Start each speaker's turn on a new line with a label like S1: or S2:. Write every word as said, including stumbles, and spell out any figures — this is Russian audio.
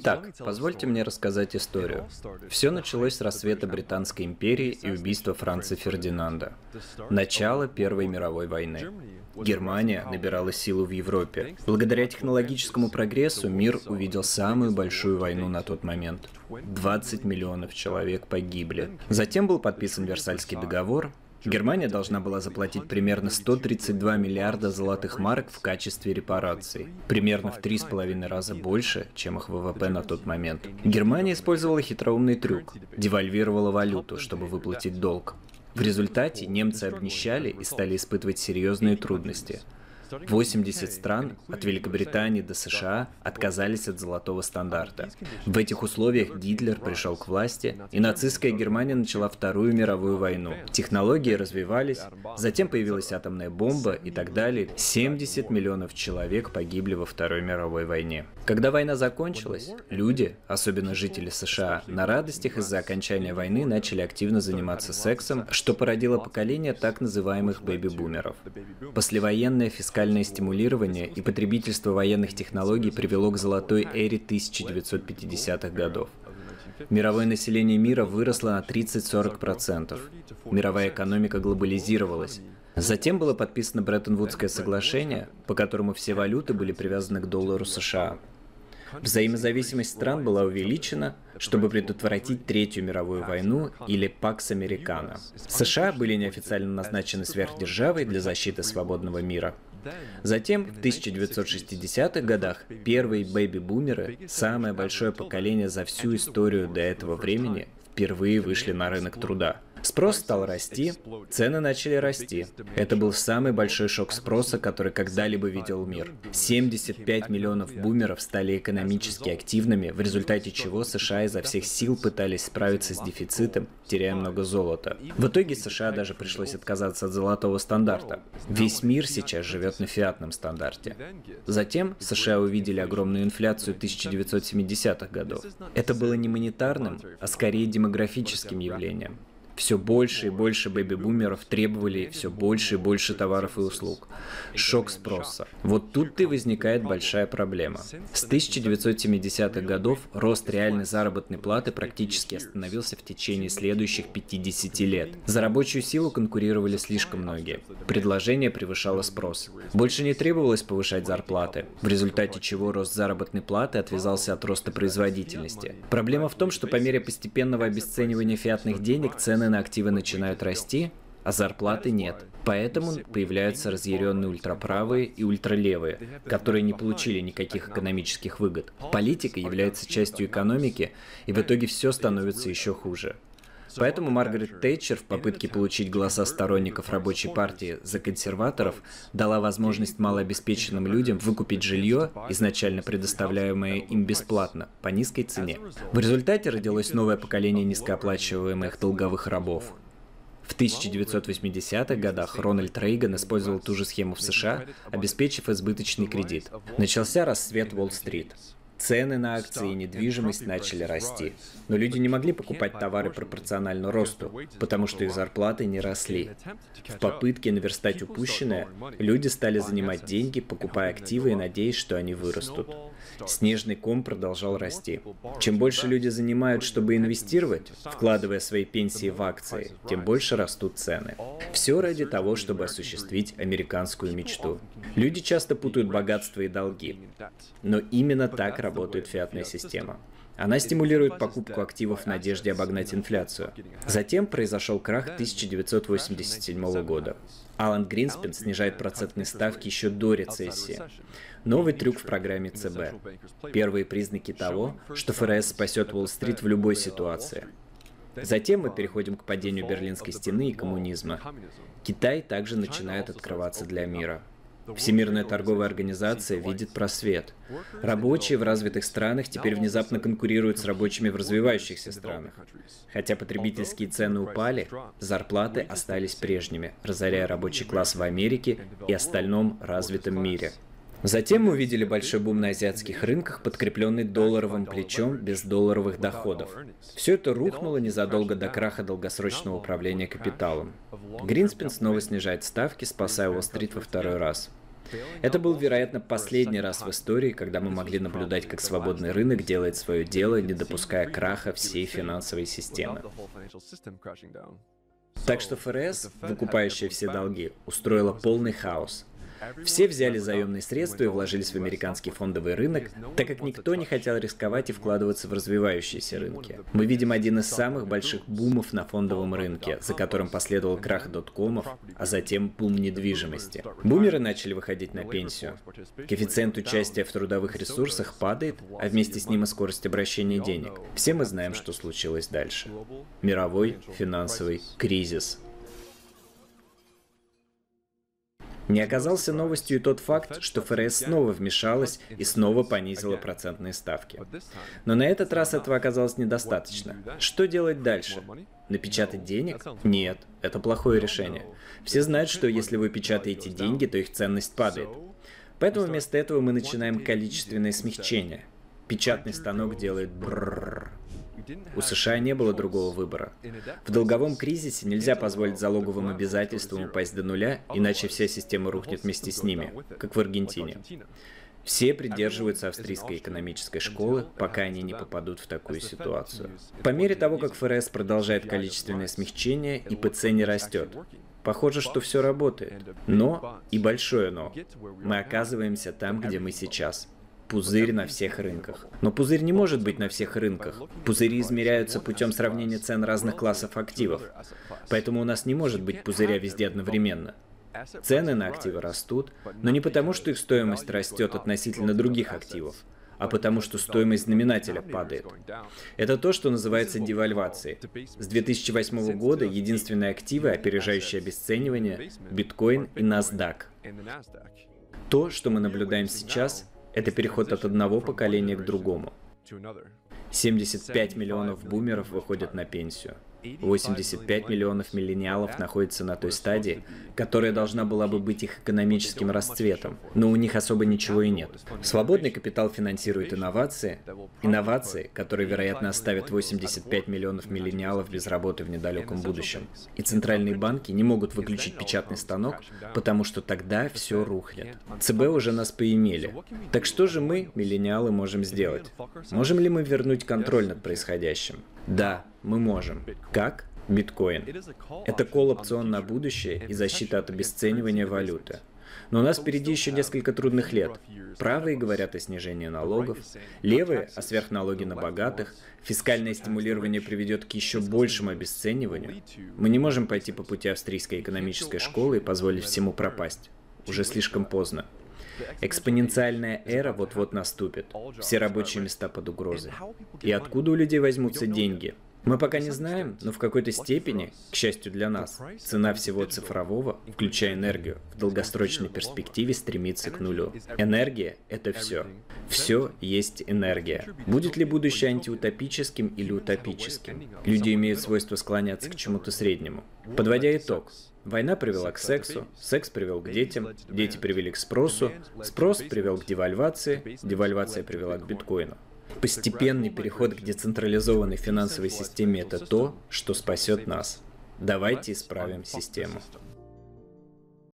S1: Итак, позвольте мне рассказать историю. Все началось с рассвета Британской империи и убийства Франца Фердинанда. Начало Первой мировой войны. Германия набирала силу в Европе. Благодаря технологическому прогрессу мир увидел самую большую войну на тот момент. двадцать миллионов человек погибли. Затем был подписан Версальский договор. Германия должна была заплатить примерно сто тридцать два миллиарда золотых марок в качестве репараций. Примерно в три с половиной раза больше, чем их ВВП на тот момент. Германия использовала хитроумный трюк. Девальвировала валюту, чтобы выплатить долг. В результате немцы обнищали и стали испытывать серьезные трудности. восемьдесят стран, от Великобритании до США, отказались от золотого стандарта. В этих условиях Гитлер пришел к власти, и нацистская Германия начала Вторую мировую войну. Технологии развивались, затем появилась атомная бомба и так далее. семьдесят миллионов человек погибли во Второй мировой войне. Когда война закончилась, люди, особенно жители США, на радостях из-за окончания войны начали активно заниматься сексом, что породило поколение так называемых бэби-бумеров. Послевоенная фискальная Фискальное стимулирование и потребительство военных технологий привело к золотой эре тысяча девятьсот пятидесятых годов. Мировое население мира выросло на тридцать-сорок процентов. Мировая экономика глобализировалась. Затем было подписано Бреттон-Вудское соглашение, по которому все валюты были привязаны к доллару США. Взаимозависимость стран была увеличена, чтобы предотвратить Третью мировую войну или Пакс Американо. США были неофициально назначены сверхдержавой для защиты свободного мира. Затем, в тысяча девятьсот шестидесятых годах, первые бэби-бумеры, самое большое поколение за всю историю до этого времени, впервые вышли на рынок труда. Спрос стал расти, цены начали расти. Это был самый большой шок спроса, который когда-либо видел мир. семьдесят пять миллионов бумеров стали экономически активными, в результате чего США изо всех сил пытались справиться с дефицитом, теряя много золота. В итоге США даже пришлось отказаться от золотого стандарта. Весь мир сейчас живет на фиатном стандарте. Затем США увидели огромную инфляцию тысяча девятьсот семидесятых годов. Это было не монетарным, а скорее демографическим явлением. Все больше и больше бэби-бумеров требовали все больше и больше товаров и услуг. Шок спроса. Вот тут и возникает большая проблема. С тысяча девятьсот семидесятых годов рост реальной заработной платы практически остановился в течение следующих пятидесяти лет. За рабочую силу конкурировали слишком многие. Предложение превышало спрос. Больше не требовалось повышать зарплаты, в результате чего рост заработной платы отвязался от роста производительности. Проблема в том, что по мере постепенного обесценивания фиатных денег цены на активы начинают расти, а зарплаты нет. Поэтому появляются разъяренные ультраправые и ультралевые, которые не получили никаких экономических выгод. Политика является частью экономики, и в итоге все становится еще хуже. Поэтому Маргарет Тэтчер в попытке получить голоса сторонников рабочей партии за консерваторов дала возможность малообеспеченным людям выкупить жилье, изначально предоставляемое им бесплатно, по низкой цене. В результате родилось новое поколение низкооплачиваемых долговых рабов. В тысяча девятьсот восьмидесятых годах Рональд Рейган использовал ту же схему в США, обеспечив избыточный кредит. Начался расцвет Уолл-стрит. Цены на акции и недвижимость начали расти. Но люди не могли покупать товары пропорционально росту, потому что их зарплаты не росли. В попытке наверстать упущенное, люди стали занимать деньги, покупая активы и надеясь, что они вырастут. Снежный ком продолжал расти. Чем больше люди занимают, чтобы инвестировать, вкладывая свои пенсии в акции, тем больше растут цены. Все ради того, чтобы осуществить американскую мечту. Люди часто путают богатство и долги. Но именно так работает фиатная система. Она стимулирует покупку активов в надежде обогнать инфляцию. Затем произошел крах тысяча девятьсот восемьдесят седьмого года. Алан Гринспен снижает процентные ставки еще до рецессии. Новый трюк в программе ЦБ. Первые признаки того, что ФРС спасет Уолл-стрит в любой ситуации. Затем мы переходим к падению Берлинской стены и коммунизма. Китай также начинает открываться для мира. Всемирная торговая организация видит просвет. Рабочие в развитых странах теперь внезапно конкурируют с рабочими в развивающихся странах. Хотя потребительские цены упали, зарплаты остались прежними, разоряя рабочий класс в Америке и остальном развитом мире. Затем мы увидели большой бум на азиатских рынках, подкрепленный долларовым плечом без долларовых доходов. Все это рухнуло незадолго до краха долгосрочного управления капиталом. Гринспен снова снижает ставки, спасая Уолл-стрит во второй раз. Это был, вероятно, последний раз в истории, когда мы могли наблюдать, как свободный рынок делает свое дело, не допуская краха всей финансовой системы. Так что ФРС, выкупающая все долги, устроила полный хаос. Все взяли заемные средства и вложились в американский фондовый рынок, так как никто не хотел рисковать и вкладываться в развивающиеся рынки. Мы видим один из самых больших бумов на фондовом рынке, за которым последовал крах доткомов, а затем бум недвижимости. Бумеры начали выходить на пенсию. Коэффициент участия в трудовых ресурсах падает, а вместе с ним и скорость обращения денег. Все мы знаем, что случилось дальше. Мировой финансовый кризис. Не оказался новостью и тот факт, что ФРС снова вмешалась и снова понизила процентные ставки. Но на этот раз этого оказалось недостаточно. Что делать дальше? Напечатать денег? Нет, это плохое решение. Все знают, что если вы печатаете деньги, то их ценность падает. Поэтому вместо этого мы начинаем количественное смягчение. Печатный станок делает бррррр. У США не было другого выбора. В долговом кризисе нельзя позволить залоговым обязательствам упасть до нуля, иначе вся система рухнет вместе с ними, как в Аргентине. Все придерживаются австрийской экономической школы, пока они не попадут в такую ситуацию. По мере того, как ФРС продолжает количественное смягчение, и ПЦ не растет. Похоже, что все работает. Но, и большое но, мы оказываемся там, где мы сейчас. Пузырь на всех рынках. Но пузырь не может быть на всех рынках. Пузыри измеряются путем сравнения цен разных классов активов. Поэтому у нас не может быть пузыря везде одновременно. Цены на активы растут, но не потому, что их стоимость растет относительно других активов, а потому что стоимость знаменателя падает. Это то, что называется девальвацией. С две тысячи восьмого года единственные активы, опережающие обесценивание, биткоин и NASDAQ. То, что мы наблюдаем сейчас, это переход от одного поколения к другому. семьдесят пять миллионов бумеров выходят на пенсию. восемьдесят пять миллионов миллениалов находятся на той стадии, которая должна была бы быть их экономическим расцветом, но у них особо ничего и нет. Свободный капитал финансирует инновации, инновации, которые, вероятно, оставят восемьдесят пять миллионов миллениалов без работы в недалеком будущем. И центральные банки не могут выключить печатный станок, потому что тогда все рухнет. ЦБ уже нас поимели. Так что же мы, миллениалы, можем сделать? Можем ли мы вернуть контроль над происходящим? Да, мы можем. Как? Биткоин. Это колл-опцион на будущее и защита от обесценивания валюты. Но у нас впереди еще несколько трудных лет. Правые говорят о снижении налогов, левые — о сверхналоге на богатых, фискальное стимулирование приведет к еще большему обесцениванию. Мы не можем пойти по пути австрийской экономической школы и позволить всему пропасть. Уже слишком поздно. Экспоненциальная эра вот-вот наступит. Все рабочие места под угрозой. И откуда у людей возьмутся деньги? Мы пока не знаем, но в какой-то степени, к счастью для нас, цена всего цифрового, включая энергию, в долгосрочной перспективе стремится к нулю. Энергия — это все. Все есть энергия. Будет ли будущее антиутопическим или утопическим? Люди имеют свойство склоняться к чему-то среднему. Подводя итог. Война привела к сексу, секс привел к детям, дети привели к спросу, спрос привел к девальвации, девальвация привела к биткоину. Постепенный переход к децентрализованной финансовой системе — это то, что спасет нас. Давайте исправим систему.